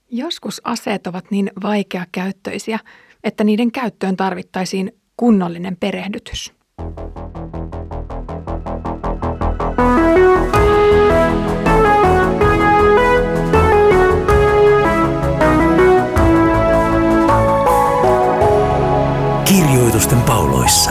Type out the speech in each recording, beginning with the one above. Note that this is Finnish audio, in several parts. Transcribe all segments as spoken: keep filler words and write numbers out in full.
Joskus aseet ovat niin vaikeakäyttöisiä, että niiden käyttöön tarvittaisiin kunnollinen perehdytys. Kirjoitusten pauloissa.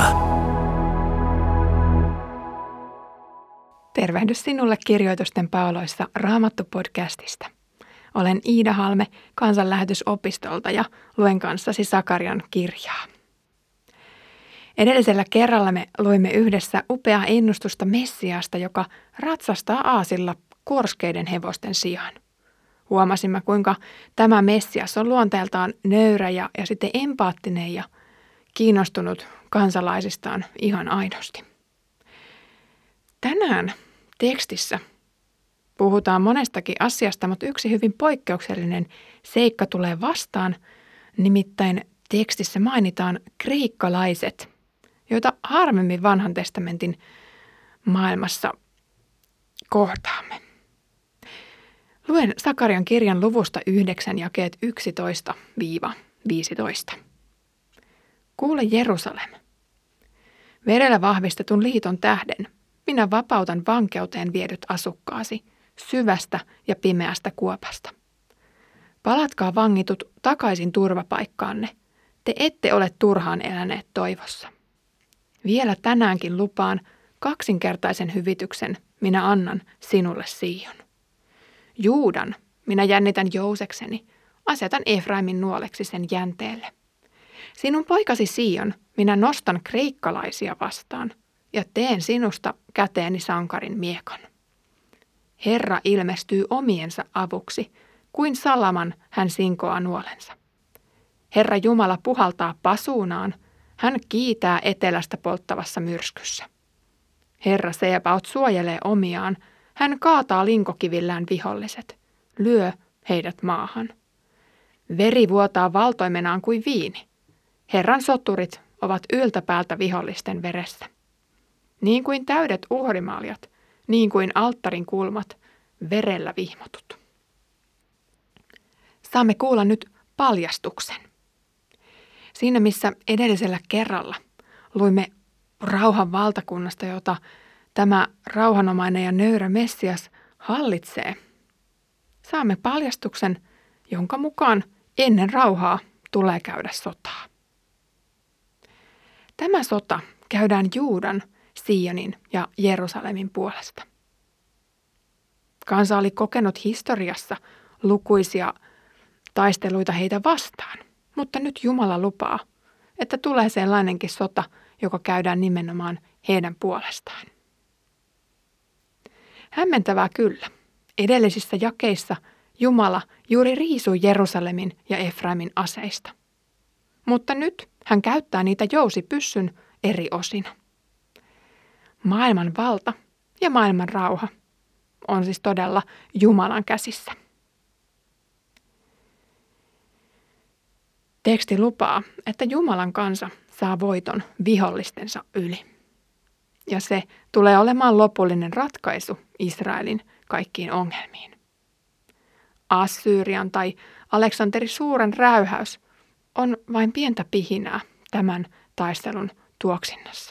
Tervehdys sinulle Kirjoitusten pauloissa Raamattu-podcastista. Olen Iida Halme Kansanlähetysopistolta ja luen kanssasi Sakarian kirjaa. Edellisellä kerralla me luimme yhdessä upeaa ennustusta Messiasta, joka ratsastaa aasilla korskeiden hevosten sijaan. Huomasimme, kuinka tämä Messias on luonteeltaan nöyrä ja, ja sitten empaattinen ja kiinnostunut kansalaisistaan ihan aidosti. Tänään tekstissä puhutaan monestakin asiasta, mutta yksi hyvin poikkeuksellinen seikka tulee vastaan. Nimittäin tekstissä mainitaan kreikkalaiset, joita harvemmin vanhan testamentin maailmassa kohtaamme. Luen Sakarian kirjan luvusta yhdeksän jakeet yksitoista viisitoista. Kuule Jerusalem. Verellä vahvistetun liiton tähden minä vapautan vankeuteen viedyt asukkaasi syvästä ja pimeästä kuopasta. Palatkaa vangitut takaisin turvapaikkaanne. Te ette ole turhaan eläneet toivossa. Vielä tänäänkin lupaan kaksinkertaisen hyvityksen minä annan sinulle Sion. Juudan minä jännitän jousekseni, asetan Efraimin nuoleksi sen jänteelle. Sinun poikasi Sion minä nostan kreikkalaisia vastaan ja teen sinusta käteeni sankarin miekan. Herra ilmestyy omiensa avuksi, kuin salaman hän sinkoaa nuolensa. Herra Jumala puhaltaa pasuunaan, hän kiitää etelästä polttavassa myrskyssä. Herra Sebaot suojelee omiaan, hän kaataa linkokivillään viholliset, lyö heidät maahan. Veri vuotaa valtoimenaan kuin viini. Herran soturit ovat yltäpäältä vihollisten veressä. Niin kuin täydet uhrimaljat, niin kuin alttarin kulmat, verellä vihmotut. Saamme kuulla nyt paljastuksen. Siinä missä edellisellä kerralla luimme rauhan valtakunnasta, jota tämä rauhanomainen ja nöyrä Messias hallitsee, saamme paljastuksen, jonka mukaan ennen rauhaa tulee käydä sotaa. Tämä sota käydään Juudan, Sionin ja Jerusalemin puolesta. Kansa oli kokenut historiassa lukuisia taisteluita heitä vastaan, mutta nyt Jumala lupaa, että tulee sellainenkin sota, joka käydään nimenomaan heidän puolestaan. Hämmentävää kyllä. Edellisissä jakeissa Jumala juuri riisui Jerusalemin ja Efraimin aseista. Mutta nyt hän käyttää niitä jousipyssyn eri osina. Maailman valta ja maailman rauha on siis todella Jumalan käsissä. Teksti lupaa, että Jumalan kansa saa voiton vihollistensa yli. Ja se tulee olemaan lopullinen ratkaisu Israelin kaikkiin ongelmiin. Assyrian tai Aleksanteri Suuren räyhäys on vain pientä pihinää tämän taistelun tuoksinnassa.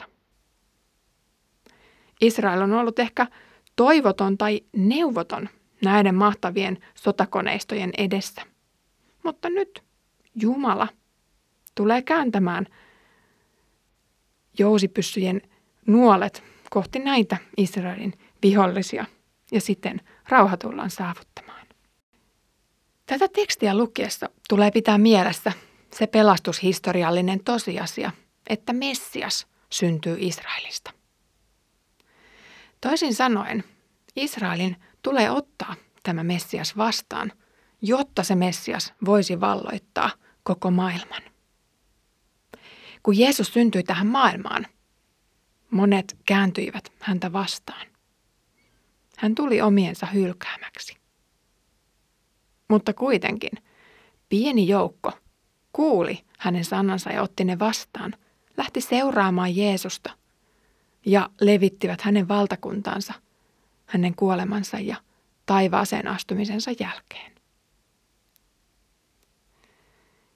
Israel on ollut ehkä toivoton tai neuvoton näiden mahtavien sotakoneistojen edessä. Mutta nyt Jumala tulee kääntämään jousipyssyjen nuolet kohti näitä Israelin vihollisia ja sitten rauha tullaan saavuttamaan. Tätä tekstiä lukiessa tulee pitää mielessä se pelastushistoriallinen tosiasia, että Messias syntyy Israelista. Toisin sanoen, Israelin tulee ottaa tämä Messias vastaan, jotta se Messias voisi valloittaa koko maailman. Kun Jeesus syntyi tähän maailmaan, monet kääntyivät häntä vastaan. Hän tuli omiensa hylkäämäksi. Mutta kuitenkin pieni joukko kuuli hänen sanansa ja otti ne vastaan, lähti seuraamaan Jeesusta ja levittivät hänen valtakuntaansa, hänen kuolemansa ja taivaaseen astumisensa jälkeen.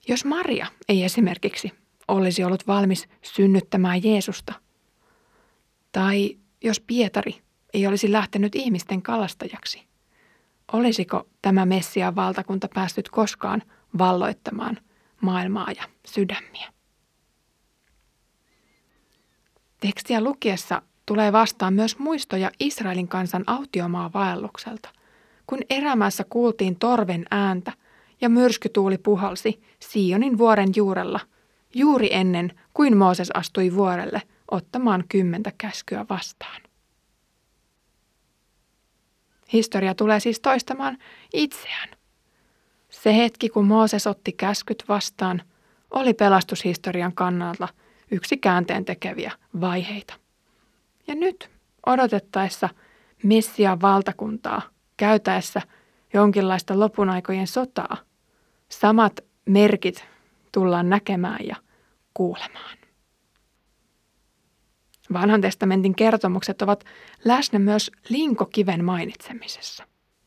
Jos Maria ei esimerkiksi olisi ollut valmis synnyttämään Jeesusta, tai jos Pietari ei olisi lähtenyt ihmisten kalastajaksi, olisiko tämä Messiaan valtakunta päässyt koskaan valloittamaan maailmaa ja sydämiä? Tekstiä lukiessa tulee vastaan myös muistoja Israelin kansan autiomaavaellukselta, kun erämaassa kuultiin torven ääntä ja myrskytuuli puhalsi Sionin vuoren juurella juuri ennen kuin Mooses astui vuorelle ottamaan kymmentä käskyä vastaan. Historia tulee siis toistamaan itseään. Se hetki, kun Mooses otti käskyt vastaan, oli pelastushistorian kannalta yksi käänteen tekeviä vaiheita. Ja nyt odotettaessa Messiaan valtakuntaa, käytäessä jonkinlaista lopunaikojen sotaa, samat merkit tullaan näkemään ja kuulemaan. Vanhan testamentin kertomukset ovat läsnä myös linkokiven mainitsemisessa.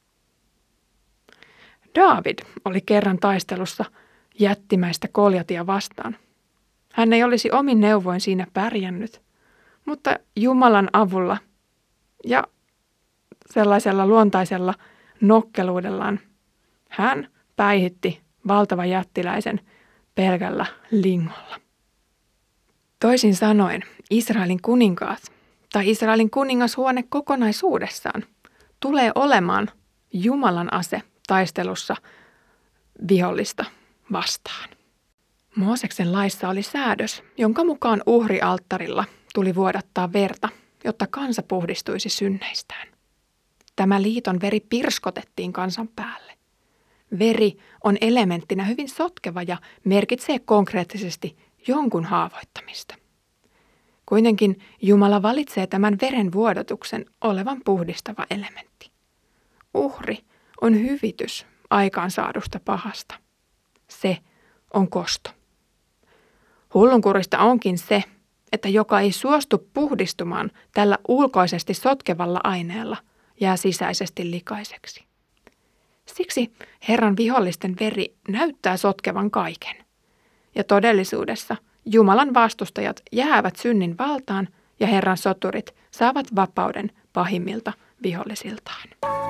Daavid oli kerran taistelussa jättimäistä Goljatia vastaan. Hän ei olisi omin neuvoin siinä pärjännyt, mutta Jumalan avulla ja sellaisella luontaisella nokkeluudellaan hän päihitti valtavan jättiläisen pelkällä lingolla. Toisin sanoen Israelin kuninkaat tai Israelin kuningashuone kokonaisuudessaan tulee olemaan Jumalan ase taistelussa vihollista vastaan. Mooseksen laissa oli säädös, jonka mukaan uhrialttarilla tuli vuodattaa verta, jotta kansa puhdistuisi synneistään. Tämä liiton veri pirskotettiin kansan päälle. Veri on elementtinä hyvin sotkeva ja merkitsee konkreettisesti jonkun haavoittamista. Kuitenkin Jumala valitsee tämän veren vuodatuksen olevan puhdistava elementti. Uhri on hyvitys aikaansaadusta pahasta. Se on kosto. Hullunkurista onkin se, että joka ei suostu puhdistumaan tällä ulkoisesti sotkevalla aineella, jää sisäisesti likaiseksi. Siksi Herran vihollisten veri näyttää sotkevan kaiken. Ja todellisuudessa Jumalan vastustajat jäävät synnin valtaan ja Herran soturit saavat vapauden pahimmilta vihollisiltaan.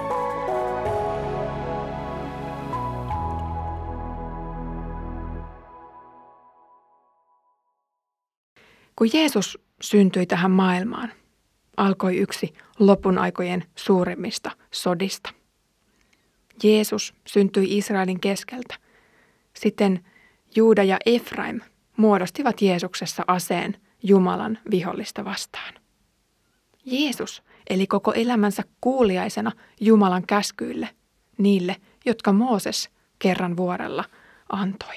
Kun Jeesus syntyi tähän maailmaan, alkoi yksi lopun aikojen suurimmista sodista. Jeesus syntyi Israelin keskeltä. Sitten Juuda ja Efraim muodostivat Jeesuksessa aseen Jumalan vihollista vastaan. Jeesus eli koko elämänsä kuuliaisena Jumalan käskyille, niille, jotka Mooses kerran vuorella antoi.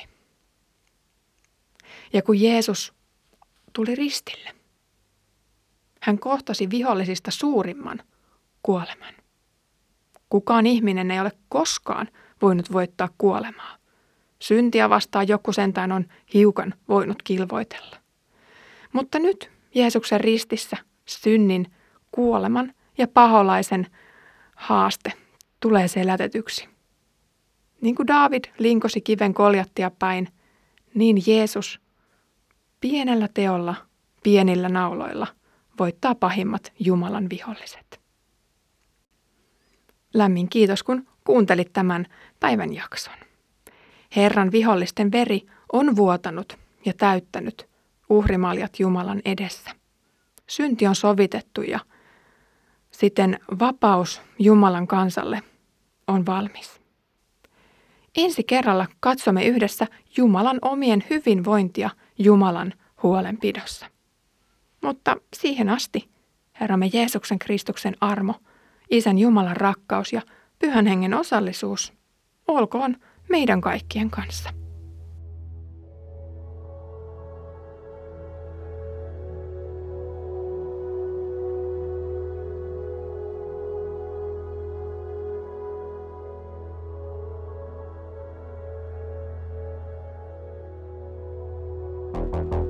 Ja kun Jeesus tuli ristille, hän kohtasi vihollisista suurimman kuoleman. Kukaan ihminen ei ole koskaan voinut voittaa kuolemaa. Syntiä vastaan joku sentään on hiukan voinut kilvoitella. Mutta nyt Jeesuksen ristissä synnin, kuoleman ja paholaisen haaste tulee selätetyksi. Niin kuin Daavid linkosi kiven Goljattia päin, niin Jeesus pienellä teolla, pienillä nauloilla voittaa pahimmat Jumalan viholliset. Lämmin kiitos, kun kuuntelit tämän päivän jakson. Herran vihollisten veri on vuotanut ja täyttänyt uhrimaljat Jumalan edessä. Synti on sovitettu ja siten vapaus Jumalan kansalle on valmis. Ensi kerralla katsomme yhdessä Jumalan omien hyvinvointia Jumalan huolenpidossa. Mutta siihen asti Herramme Jeesuksen Kristuksen armo, Isän Jumalan rakkaus ja Pyhän Hengen osallisuus olkoon meidän kaikkien kanssa. Thank you.